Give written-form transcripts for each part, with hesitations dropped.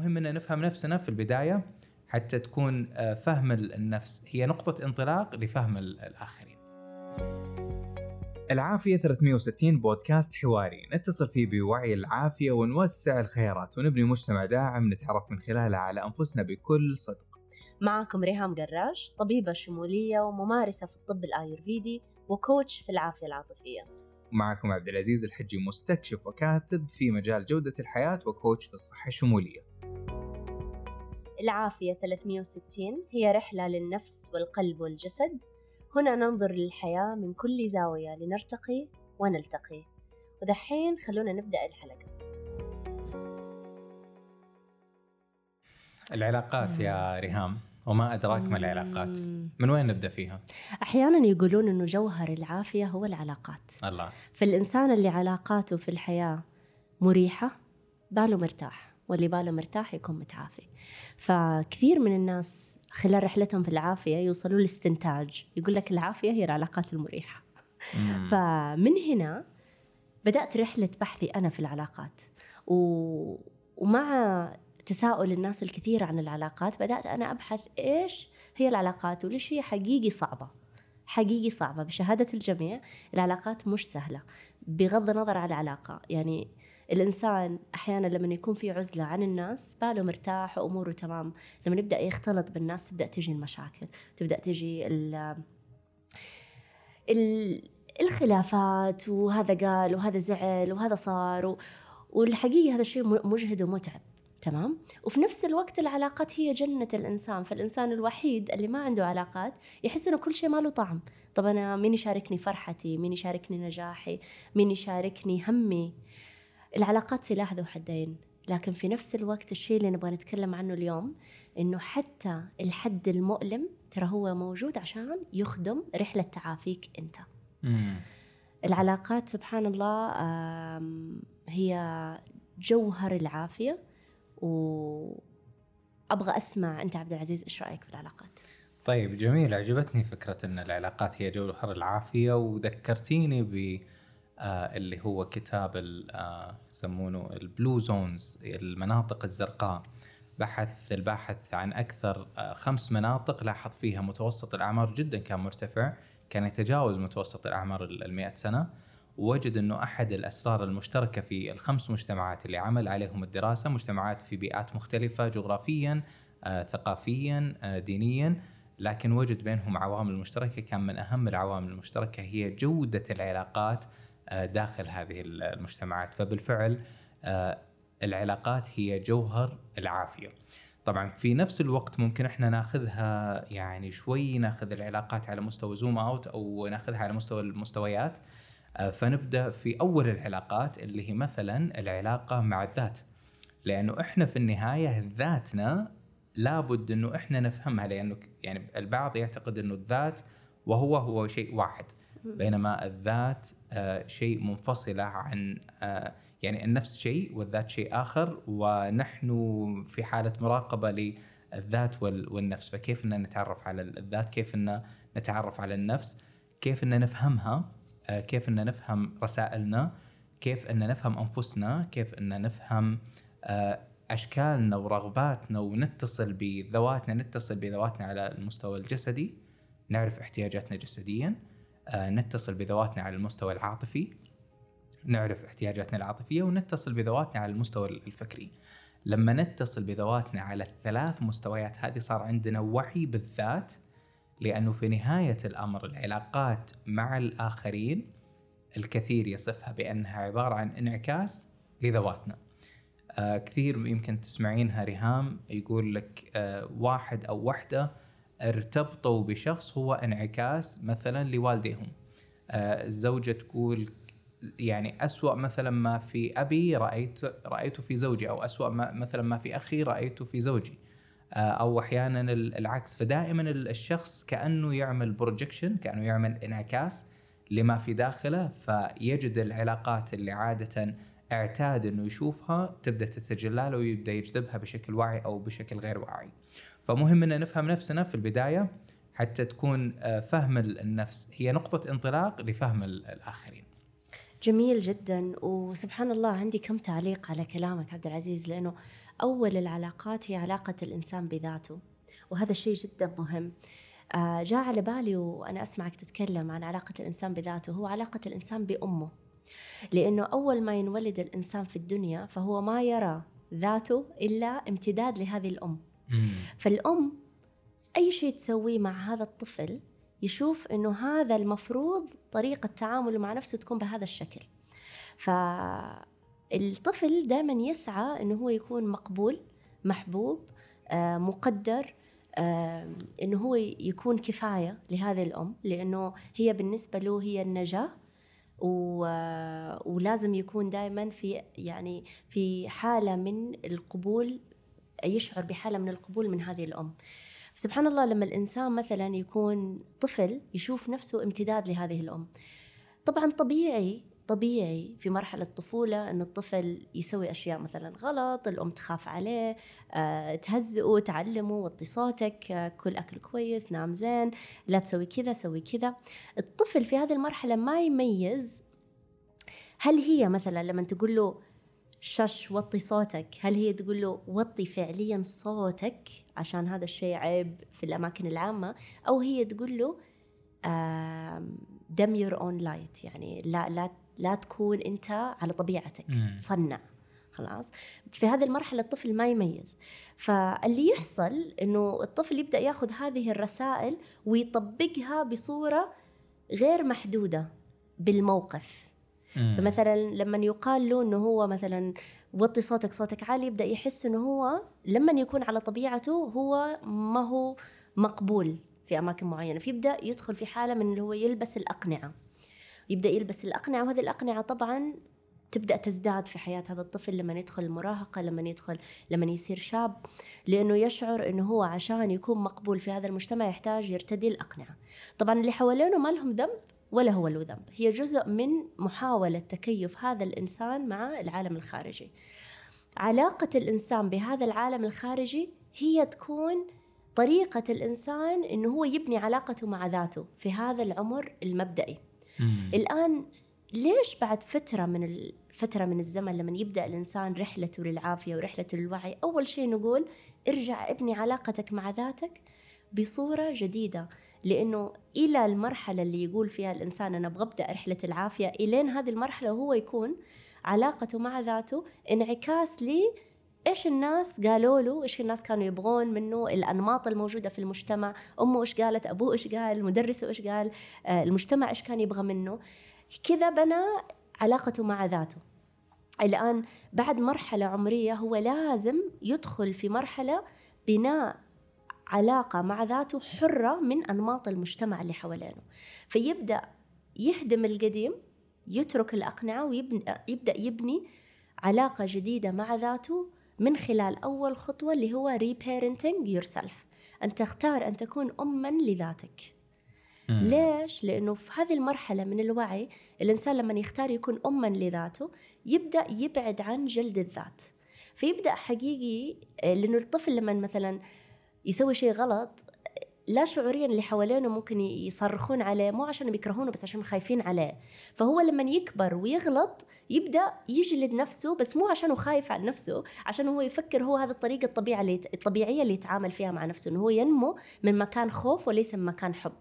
مهم أن نفهم نفسنا في البداية حتى تكون فهم النفس هي نقطة انطلاق لفهم الآخرين. العافية 360 بودكاست حواري نتصل فيه بوعي العافية ونوسع الخيارات ونبني مجتمع داعم نتعرف من خلاله على أنفسنا بكل صدق. معكم ريهام قراش، طبيبة شمولية وممارسة في الطب الآيورفيدي وكوتش في العافية العاطفية. ومعكم عبد العزيز الحجي، مستكشف وكاتب في مجال جودة الحياة وكوتش في الصحة الشمولية. العافية 360 هي رحلة للنفس والقلب والجسد. هنا ننظر للحياة من كل زاوية لنرتقي ونلتقي. ودحين خلونا نبدأ الحلقة. العلاقات يا ريهام، وما أدراك ما العلاقات؟ من وين نبدأ فيها؟ أحيانا يقولون أنه جوهر العافية هو العلاقات. الله. فالإنسان اللي علاقاته في الحياة مريحة باله مرتاح، واللي باله مرتاح يكون متعافي. فكثير من الناس خلال رحلتهم في العافية يوصلوا لاستنتاج يقول لك العافية هي العلاقات المريحة. فمن هنا بدأت رحلة بحثي أنا في العلاقات، ومع تساؤل الناس الكثير عن العلاقات بدأت أنا أبحث إيش هي العلاقات وليش هي حقيقي صعبة. بشهادة الجميع العلاقات مش سهلة بغض النظر عن العلاقة. يعني الإنسان أحيانا لما يكون في عزلة عن الناس باله مرتاح وأموره تمام، لما يبدأ يختلط بالناس تبدأ تجي المشاكل، تبدأ تجي الخلافات، وهذا قال وهذا زعل وهذا صار، والحقيقة هذا الشيء مجهد ومتعب. تمام. وفي نفس الوقت العلاقات هي جنة الإنسان، فالإنسان الوحيد اللي ما عنده علاقات يحس إنه كل شيء ما له طعم. طب أنا مين يشاركني فرحتي، مين يشاركني نجاحي، مين يشاركني همي؟ العلاقات سلاح ذو حدين، لكن في نفس الوقت الشيء اللي نبغى نتكلم عنه اليوم إنه حتى الحد المؤلم ترى هو موجود عشان يخدم رحلة تعافيك أنت. العلاقات سبحان الله هي جوهر العافية. وأبغى أسمع أنت عبد العزيز إيش رأيك في العلاقات؟ طيب جميل، عجبتني فكرة أن العلاقات هي جوهر العافية، وذكرتيني اللي هو كتاب يسمونه البلو زونز، المناطق الزرقاء. بحث الباحث عن أكثر 5 مناطق لاحظ فيها متوسط الأعمار جدا كان مرتفع، كان يتجاوز متوسط الأعمار 100 سنة. ووجد أنه أحد الأسرار المشتركة في ال5 مجتمعات اللي عمل عليهم الدراسة، مجتمعات في بيئات مختلفة جغرافيا، ثقافيا، دينيا، لكن وجد بينهم عوامل مشتركة. كان من أهم العوامل المشتركة هي جودة العلاقات داخل هذه المجتمعات. فبالفعل العلاقات هي جوهر العافية. طبعا في نفس الوقت ممكن احنا ناخذها يعني شوي، ناخذ العلاقات على مستوى زوم اوت او ناخذها على مستوى المستويات. فنبدأ في أول العلاقات اللي هي مثلا العلاقة مع الذات، لأنه إحنا في النهاية ذاتنا لابد أنه إحنا نفهمها، لأنه يعني البعض يعتقد أنه الذات وهو شيء واحد، بينما الذات شيء منفصلة عن يعني النفس شيء والذات شيء آخر، ونحن في حالة مراقبة للذات والنفس. فكيف أن نتعرف على الذات، كيف أن نتعرف على النفس، كيف أن نفهمها، كيف أن نفهم رسائلنا، كيف أن نفهم أنفسنا، كيف أن نفهم أشكالنا ورغباتنا، ونتصل بذواتنا، نتصل بذواتنا على المستوى الجسدي، نعرف احتياجاتنا جسديا، نتصل بذواتنا على المستوى العاطفي، نعرف احتياجاتنا العاطفية، ونتصل بذواتنا على المستوى الفكري. لما نتصل بذواتنا على ال3 مستويات هذه صار عندنا وعي بالذات، لأنه في نهاية الأمر العلاقات مع الآخرين الكثير يصفها بأنها عبارة عن انعكاس لذواتنا. كثير يمكن تسمعينها ريهام يقول لك واحد أو وحدة ارتبطوا بشخص هو انعكاس مثلا لوالديهم. الزوجة تقول يعني أسوأ مثلا ما في أبي رأيته في زوجي، أو أسوأ مثلا ما في أخي رأيته في زوجي، أو أحيانا العكس. فدائما الشخص كأنه يعمل بروجكشن، كأنه يعمل انعكاس لما في داخله، فيجد العلاقات اللي عادة اعتاد أنه يشوفها تبدأ تتجلى له ويبدأ يجذبها بشكل واعي أو بشكل غير واعي. فمهم أن نفهم نفسنا في البداية حتى تكون فهم النفس هي نقطة انطلاق لفهم الآخرين. جميل جدا. وسبحان الله عندي كم تعليق على كلامك عبد العزيز، لأنه أول العلاقات هي علاقة الإنسان بذاته، وهذا الشيء جدا مهم. جاء على بالي وأنا أسمعك تتكلم عن علاقة الإنسان بذاته، هو علاقة الإنسان بأمه. لأنه أول ما ينولد الإنسان في الدنيا فهو ما يرى ذاته إلا امتداد لهذه الأم. فالأم أي شيء تسويه مع هذا الطفل يشوف أنه هذا المفروض طريقة تعامله مع نفسه تكون بهذا الشكل. فالطفل دائما يسعى أنه هو يكون مقبول، محبوب، مقدر، أنه هو يكون كفاية لهذه الأم، لأنه هي بالنسبة له هي النجاة، ولازم يكون دائما في حالة من القبول، يشعر بحالة من القبول من هذه الأم. سبحان الله، لما الإنسان مثلا يكون طفل يشوف نفسه امتداد لهذه الأم. طبعا طبيعي في مرحلة الطفولة أن الطفل يسوي أشياء مثلا غلط، الأم تخاف عليه، تهزئه، تعلمه، وطي صوتك، كل أكل كويس، نام زين، لا تسوي كذا، سوي كذا. الطفل في هذه المرحلة ما يميز هل هي مثلا لما تقول له شش وطي صوتك، هل هي تقول له وطي فعليا صوتك عشان هذا الشيء عيب في الأماكن العامة، أو هي تقول له dim your own light، يعني لا تكون أنت على طبيعتك، تصنع. خلاص، في هذه المرحلة الطفل ما يميز. فاللي يحصل إنه الطفل يبدأ يأخذ هذه الرسائل ويطبقها بصورة غير محدودة بالموقف. فمثلا لما يقال له إنه هو مثلا وطي صوتك عالي، يبدأ يحس إنه هو لما يكون على طبيعته هو ما هو مقبول في أماكن معينة، فيبدأ يدخل في حالة من اللي هو يلبس الأقنعة، وهذه الأقنعة طبعا تبدأ تزداد في حياة هذا الطفل لما يدخل المراهقة، لما يصير شاب، لأنه يشعر إنه هو عشان يكون مقبول في هذا المجتمع يحتاج يرتدي الأقنعة. طبعا اللي حوالينه ما لهم ذنب ولا هو له ذنب، هي جزء من محاولة تكيف هذا الإنسان مع العالم الخارجي. علاقة الإنسان بهذا العالم الخارجي هي تكون طريقة الإنسان إنه هو يبني علاقته مع ذاته في هذا العمر المبدئي. الآن ليش بعد فترة من الزمن لما يبدأ الإنسان رحلته للعافية ورحلته للوعي، أول شيء نقول ارجع ابني علاقتك مع ذاتك بصورة جديدة، لأنه إلى المرحلة اللي يقول فيها الإنسان أنا أبغى أبدأ رحلة العافية، إلين هذه المرحلة هو يكون علاقته مع ذاته انعكاس لي إيش الناس قالوا له، إيش الناس كانوا يبغون منه، الأنماط الموجودة في المجتمع، أمه إيش قالت، أبوه إيش قال، مدرسه إيش قال، المجتمع إيش كان يبغى منه. كذا بنى علاقته مع ذاته. الآن بعد مرحلة عمرية هو لازم يدخل في مرحلة بناء علاقة مع ذاته حرة من أنماط المجتمع اللي حوالينه، فيبدأ يهدم القديم، يترك الأقنعة، ويبدأ يبني علاقة جديدة مع ذاته من خلال أول خطوة اللي هو reparenting yourself، أن تختار أن تكون أماً لذاتك. ليش؟ لأنه في هذه المرحلة من الوعي الإنسان لما يختار يكون أماً لذاته يبدأ يبعد عن جلد الذات، فيبدأ حقيقي، لأنه الطفل لما مثلاً يسوي شيء غلط لا شعوريا اللي حوالينه ممكن يصرخون عليه، مو عشان بيكرهونه بس عشان خايفين عليه، فهو لما يكبر ويغلط يبدأ يجلد نفسه، بس مو عشانه خايف عن نفسه، عشان هو يفكر هو هذا الطريقة الطبيعية اللي يتعامل فيها مع نفسه، إنه هو ينمو من مكان خوف وليس من مكان حب.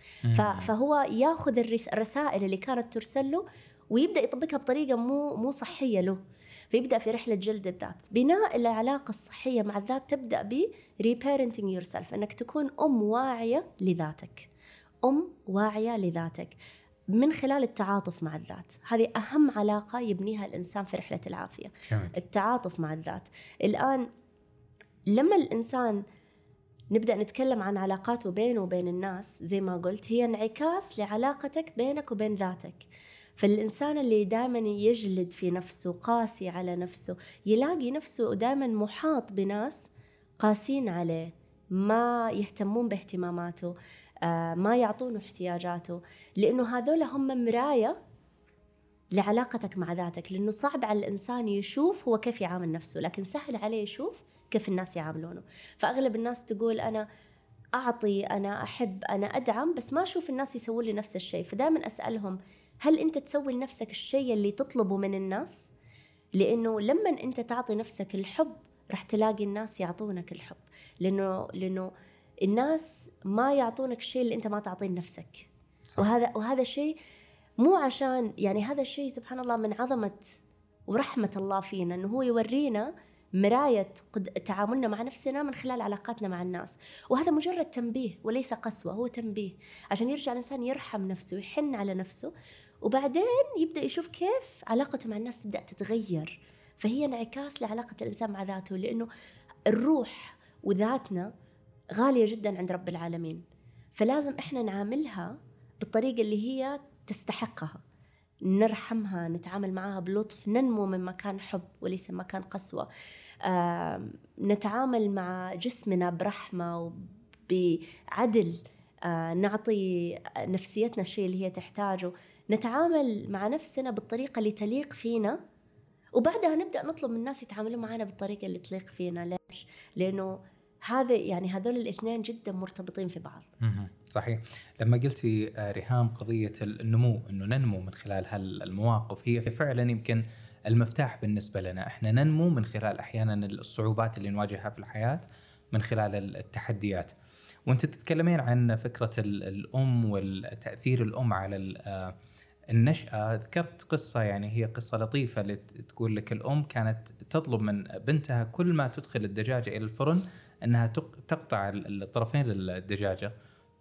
فهو ياخذ الرسائل اللي كانت ترسل له ويبدأ يطبقها بطريقة مو صحية له، فيبدأ في رحلة جلد الذات. بناء العلاقة الصحية مع الذات تبدأ ب reparenting yourself، أنك تكون أم واعية لذاتك، أم واعية لذاتك من خلال التعاطف مع الذات. هذه أهم علاقة يبنيها الإنسان في رحلة العافية، التعاطف مع الذات. الآن لما الإنسان نبدأ نتكلم عن علاقاته بينه وبين الناس، زي ما قلت هي انعكاس لعلاقتك بينك وبين ذاتك. فالإنسان اللي دائما يجلد في نفسه، قاسي على نفسه، يلاقي نفسه دائما محاط بناس قاسين عليه، ما يهتمون باهتماماته، ما يعطونه احتياجاته، لأنه هذول هم مراية لعلاقتك مع ذاتك. لأنه صعب على الإنسان يشوف هو كيف يعامل نفسه، لكن سهل عليه يشوف كيف الناس يعاملونه. فأغلب الناس تقول أنا أعطي، أنا أحب، أنا أدعم، بس ما أشوف الناس يسوون لي نفس الشيء. فدائما أسألهم هل أنت تسوي لنفسك الشيء اللي تطلبه من الناس؟ لأنه لما أنت تعطي نفسك الحب راح تلاقي الناس يعطونك الحب، لأنه الناس ما يعطونك الشيء اللي أنت ما تعطيه لنفسك. صح. وهذا شيء مو عشان يعني، هذا الشيء سبحان الله من عظمة ورحمة الله فينا، أنه هو يورينا مراية تعاملنا مع نفسنا من خلال علاقاتنا مع الناس. وهذا مجرد تنبيه وليس قسوة، هو تنبيه عشان يرجع الإنسان يرحم نفسه، يحن على نفسه، وبعدين يبدأ يشوف كيف علاقته مع الناس تبدأ تتغير. فهي انعكاس لعلاقة الإنسان مع ذاته، لأنه الروح وذاتنا غالية جدا عند رب العالمين، فلازم إحنا نعاملها بالطريقة اللي هي تستحقها، نرحمها، نتعامل معها بلطف، ننمو من مكان حب وليس مكان قسوة. نتعامل مع جسمنا برحمة وبعدل، نعطي نفسيتنا الشيء اللي هي تحتاجه، نتعامل مع نفسنا بالطريقة اللي تليق فينا، وبعدها نبدأ نطلب من الناس يتعاملوا معنا بالطريقة اللي تليق فينا. ليش؟ لأنه هذا يعني هذول الاثنين جدا مرتبطين في بعض. صحيح. لما قلتي ريهام قضية النمو، إنه ننمو من خلال هالمواقف، هي فعلا يمكن المفتاح بالنسبة لنا. إحنا ننمو من خلال أحيانا الصعوبات اللي نواجهها في الحياة، من خلال التحديات. وأنت تتكلمين عن فكرة الأم والتأثير الأم على النشأة. ذكرت قصة، يعني هي قصة لطيفة، اللي تقول لك الأم كانت تطلب من بنتها كل ما تدخل الدجاجة إلى الفرن أنها تقطع الطرفين للدجاجة.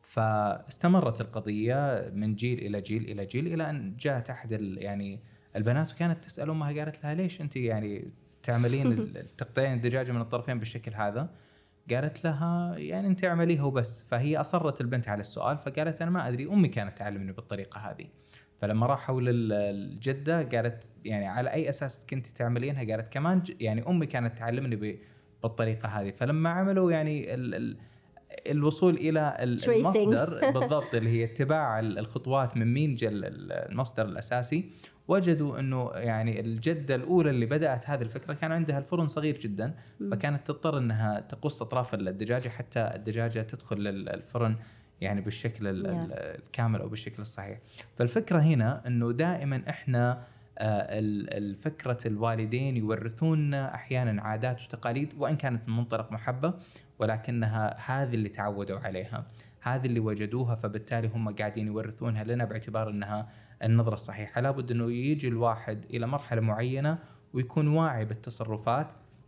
فاستمرت القضية من جيل إلى جيل إلى جيل، إلى أن جاءت أحد يعني البنات وكانت تسأل أمها، قالت لها ليش أنت يعني تعملين تقطعين الدجاجة من الطرفين بالشكل هذا؟ قالت لها يعني أنت اعمليها وبس. فهي أصرت البنت على السؤال، فقالت أنا ما أدري، أمي كانت تعلمني بالطريقة هذه. فلما راحوا للجدة قالت يعني على أي أساس كنت تعملينها؟ قالت كمان يعني أمي كانت تعلمني بالطريقة هذه. فلما عملوا يعني الوصول إلى المصدر بالضبط، اللي هي اتباع الخطوات من مين جاء المصدر الأساسي، وجدوا أنه يعني الجدة الأولى اللي بدأت هذه الفكرة كان عندها الفرن صغير جدا، فكانت تضطر أنها تقص أطراف الدجاجة حتى الدجاجة تدخل للفرن يعني بالشكل الكامل أو بالشكل الصحيح. فالفكرة هنا أنه دائما إحنا الفكرة الوالدين يورثوننا أحيانا عادات وتقاليد، وإن كانت من منطلق محبة، ولكنها هذه اللي تعودوا عليها، هذه اللي وجدوها، فبالتالي هم قاعدين يورثونها لنا باعتبار أنها النظرة الصحيحة. لابد أنه يجي الواحد إلى مرحلة معينة ويكون واعي بالتصرفات،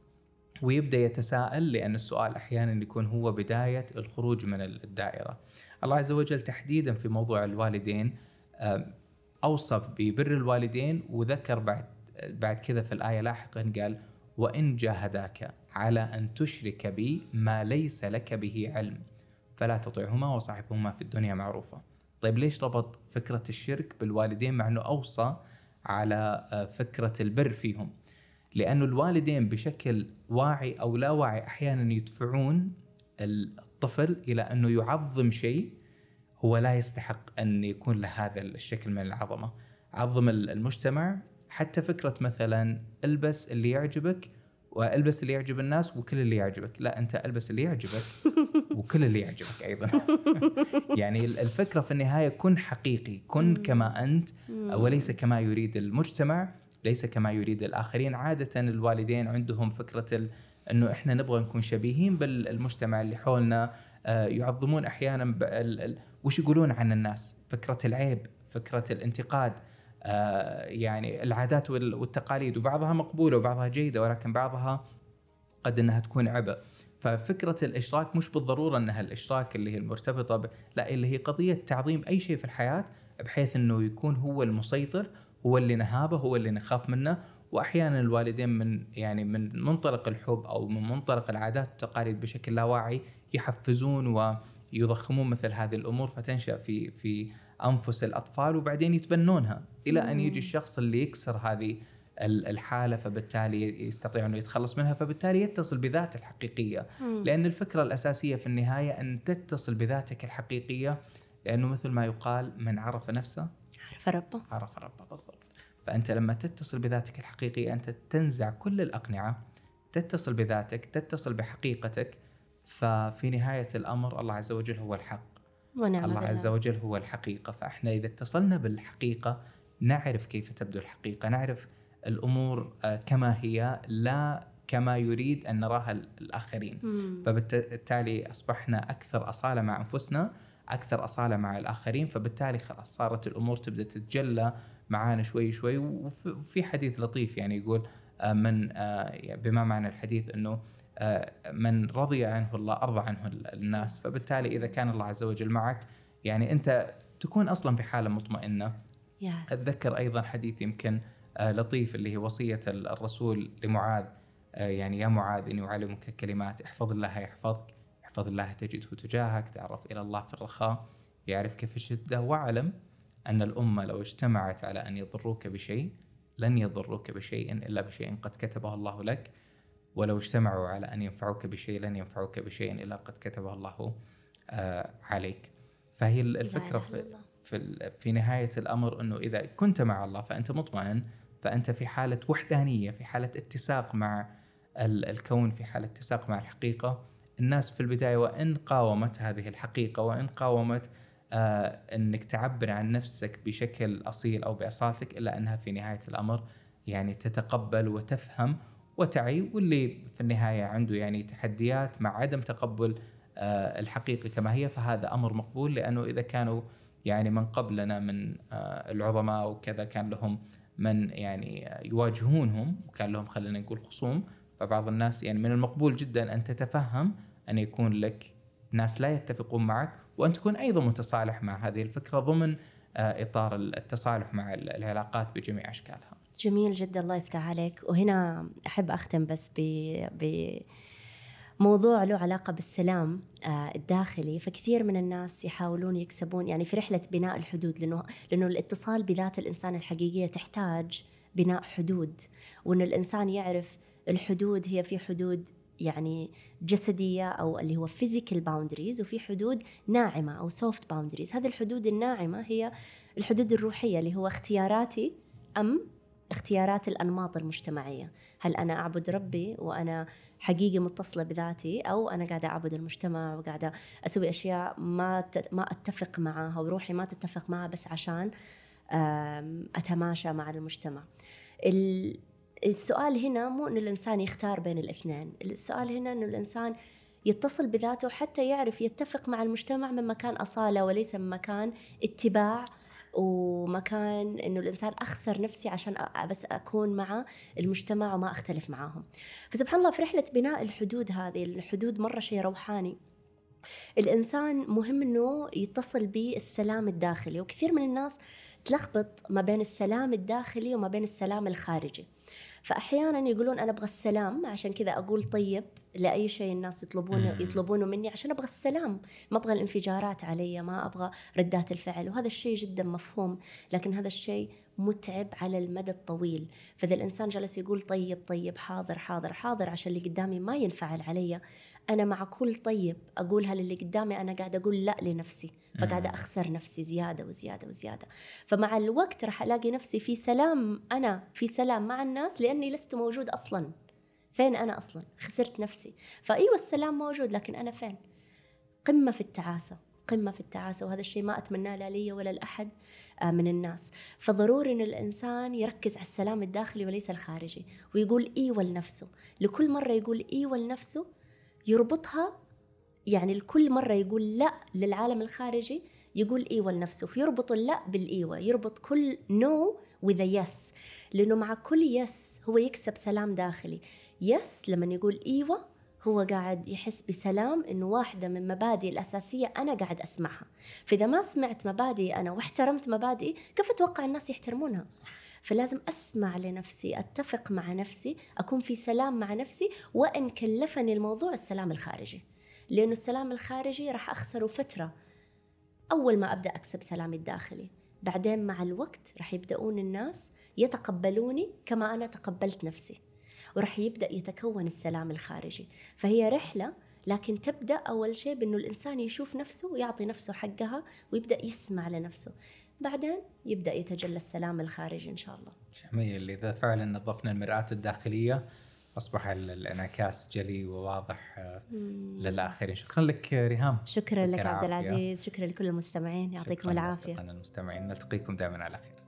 ويبدأ يتساءل، لأن السؤال أحيانا يكون هو بداية الخروج من الدائرة. الله عز وجل تحديدا في موضوع الوالدين أوصى ببر الوالدين، وذكر بعد كذا في الآية لاحقا قال وإن جاهداك على أن تشرك بي ما ليس لك به علم فلا تطعهما وصاحبهما في الدنيا معروفة. طيب ليش ربط فكرة الشرك بالوالدين مع أنه أوصى على فكرة البر فيهم؟ لأنه الوالدين بشكل واعي أو لا واعي أحيانا يدفعون الطفل إلى أنه يعظم شيء هو لا يستحق أن يكون له هذا الشكل من العظمة. عظم المجتمع، حتى فكرة مثلا البس اللي يعجبك والبس اللي يعجب الناس وكل اللي يعجبك، لا أنت البس اللي يعجبك وكل اللي يعجبك أيضا. يعني الفكرة في النهاية كن حقيقي، كن كما أنت وليس كما يريد المجتمع، ليس كما يريد الآخرين. عادة الوالدين عندهم فكرة أنه إحنا نبغى نكون شبيهين بالمجتمع اللي حولنا، يعظمون أحيانا وش يقولون عن الناس، فكرة العيب، فكرة الانتقاد، يعني العادات والتقاليد، وبعضها مقبولة وبعضها جيدة، ولكن بعضها قد أنها تكون عبء. ففكرة الإشراك مش بالضرورة أنها الإشراك اللي هي المرتبطة لا، اللي هي قضية تعظيم أي شيء في الحياة بحيث أنه يكون هو المسيطر، هو اللي نهابه، هو اللي نخاف منه. وأحيانا الوالدين من منطلق الحب أو من منطلق العادات والتقاليد بشكل لا واعي يحفزون ويضخمون مثل هذه الأمور، فتنشأ في أنفس الأطفال، وبعدين يتبنونها إلى أن يجي الشخص اللي يكسر هذه الحالة، فبالتالي يستطيع أنه يتخلص منها، فبالتالي يتصل بذاته الحقيقية. لأن الفكرة الأساسية في النهاية أن تتصل بذاتك الحقيقية، لأنه مثل ما يقال من عرف نفسه عرف ربه بالضبط. فأنت لما تتصل بذاتك الحقيقية أنت تنزع كل الأقنعة، تتصل بذاتك، تتصل بحقيقتك. ففي نهاية الأمر الله عز وجل هو الحق، الله عز وجل هو الحقيقة. فإحنا إذا اتصلنا بالحقيقة نعرف كيف تبدو الحقيقة، نعرف الأمور كما هي لا كما يريد أن نراها الآخرين. فبالتالي أصبحنا أكثر أصالة مع أنفسنا، أكثر أصالة مع الآخرين، فبالتالي خلاص صارت الأمور تبدأ تتجلى معانا شوي شوي. وفي حديث لطيف يعني يقول من بما معنى الحديث أنه من رضي عنه الله أرضى عنه الناس. فبالتالي إذا كان الله عز وجل معك يعني أنت تكون أصلا بحالة مطمئنة. أتذكر أيضا حديث يمكن لطيف اللي هي وصية الرسول لمعاذ، يعني يا معاذ إني أعلمك كلمات احفظ الله يحفظك، احفظ الله تجده تجاهك، تعرف إلى الله في الرخاء يعرفك في الشدة، واعلم أن الأمة لو اجتمعت على أن يضروك بشيء لن يضروك بشيء إلا بشيء قد كتبه الله لك، ولو اجتمعوا على أن ينفعوك بشيء لن ينفعوك بشيء إلا قد كتبه الله عليك. فهي الفكرة في نهاية الأمر أنه إذا كنت مع الله فأنت مطمئن، فأنت في حالة وحدانية، في حالة اتساق مع الكون، في حالة اتساق مع الحقيقة. الناس في البداية وإن قاومت هذه الحقيقة، وإن قاومت أنك تعبر عن نفسك بشكل أصيل أو بأصالتك، إلا أنها في نهاية الأمر يعني تتقبل وتفهم وتعي. واللي في النهاية عنده يعني تحديات مع عدم تقبل الحقيقة كما هي، فهذا أمر مقبول، لأنه إذا كانوا يعني من قبلنا من العظماء وكذا كان لهم من يعني يواجهونهم وكان لهم خلينا نقول خصوم، فبعض الناس يعني من المقبول جدا أن تتفهم أن يكون لك ناس لا يتفقون معك، وأن تكون أيضا متصالح مع هذه الفكرة ضمن إطار التصالح مع العلاقات بجميع أشكالها. جميل جدا، الله يفتح عليك. وهنا أحب أختم بس بموضوع له علاقة بالسلام الداخلي. فكثير من الناس يحاولون يكسبون يعني في رحلة بناء الحدود، لأنه الاتصال بذات الإنسان الحقيقية تحتاج بناء حدود، وأن الإنسان يعرف الحدود هي في حدود يعني جسدية أو اللي هو physical boundaries، وفي حدود ناعمة أو soft boundaries. هذه الحدود الناعمة هي الحدود الروحية اللي هو اختياراتي أم اختيارات الأنماط المجتمعية. هل أنا أعبد ربي وأنا حقيقي متصلة بذاتي، أو أنا قاعدة أعبد المجتمع وقاعدة أسوي أشياء ما أتفق معها وروحي ما تتفق معها بس عشان أتماشى مع المجتمع. السؤال هنا مو أن الإنسان يختار بين الاثنين، السؤال هنا أن الإنسان يتصل بذاته حتى يعرف يتفق مع المجتمع من مكان أصالة وليس من مكان اتباع ومكان إنه الإنسان أخسر نفسي عشان بس أكون مع المجتمع وما أختلف معاهم. فسبحان الله في رحلة بناء الحدود هذه، الحدود مرة شيء روحاني. الإنسان مهم إنه يتصل بالسلام الداخلي، وكثير من الناس تلخبط ما بين السلام الداخلي وما بين السلام الخارجي. فأحيانا يقولون أنا أبغى السلام عشان كذا أقول طيب لأي شيء الناس يطلبونه مني عشان أبغى السلام، ما أبغى الانفجارات علي، ما أبغى ردات الفعل. وهذا الشيء جدا مفهوم، لكن هذا الشيء متعب على المدى الطويل. فإذا الإنسان جلس يقول طيب طيب حاضر حاضر حاضر عشان اللي قدامي ما ينفعل علي، أنا مع كل طيب أقولها للي قدامي أنا قاعدة أقول لا لنفسي، فقاعدة أخسر نفسي زيادة وزيادة وزيادة. فمع الوقت راح ألاقي نفسي في سلام، أنا في سلام مع الناس لأني لست موجود أصلاً. فين أنا أصلاً؟ خسرت نفسي. فأيوة السلام موجود لكن أنا فين؟ قمة في التعاسة، قمة في التعاسة. وهذا الشيء ما أتمناه لا لي ولا لأحد من الناس. فضروري أن الإنسان يركز على السلام الداخلي وليس الخارجي، ويقول إيوة لنفسه. لكل مرة يقول إيوة لنفسه يربطها، يعني لكل مرة يقول لا للعالم الخارجي يقول إيوة لنفسه، فيربط اللا بالإيوة، يربط كل no with a yes، لأنه مع كل yes هو يكسب سلام داخلي. yes لما يقول إيوة هو قاعد يحس بسلام، إنه واحدة من مبادئ الأساسية أنا قاعد أسمعها. فإذا ما سمعت مبادئ أنا واحترمت مبادئي، كيف أتوقع الناس يحترمونها؟ فلازم أسمع لنفسي، أتفق مع نفسي، أكون في سلام مع نفسي، وإن كلفني الموضوع السلام الخارجي، لأنه السلام الخارجي راح أخسره فترة أول ما أبدأ أكسب سلامي الداخلي. بعدين مع الوقت راح يبدأون الناس يتقبلوني كما أنا تقبلت نفسي، وراح يبدأ يتكون السلام الخارجي. فهي رحلة، لكن تبدأ أول شيء بأنه الإنسان يشوف نفسه ويعطي نفسه حقها ويبدأ يسمع لنفسه، بعدين يبدأ يتجلى السلام الخارجي إن شاء الله. جميل. إذا فعلا نظفنا المرآة الداخلية أصبح الانعكاس جلي وواضح للآخرين. شكرا لك ريهام. شكرا لك عبد العزيز، شكرا لكل المستمعين، يعطيكم العافية. شكرا لأصدقائنا المستمعين، نلتقيكم دائما على خير.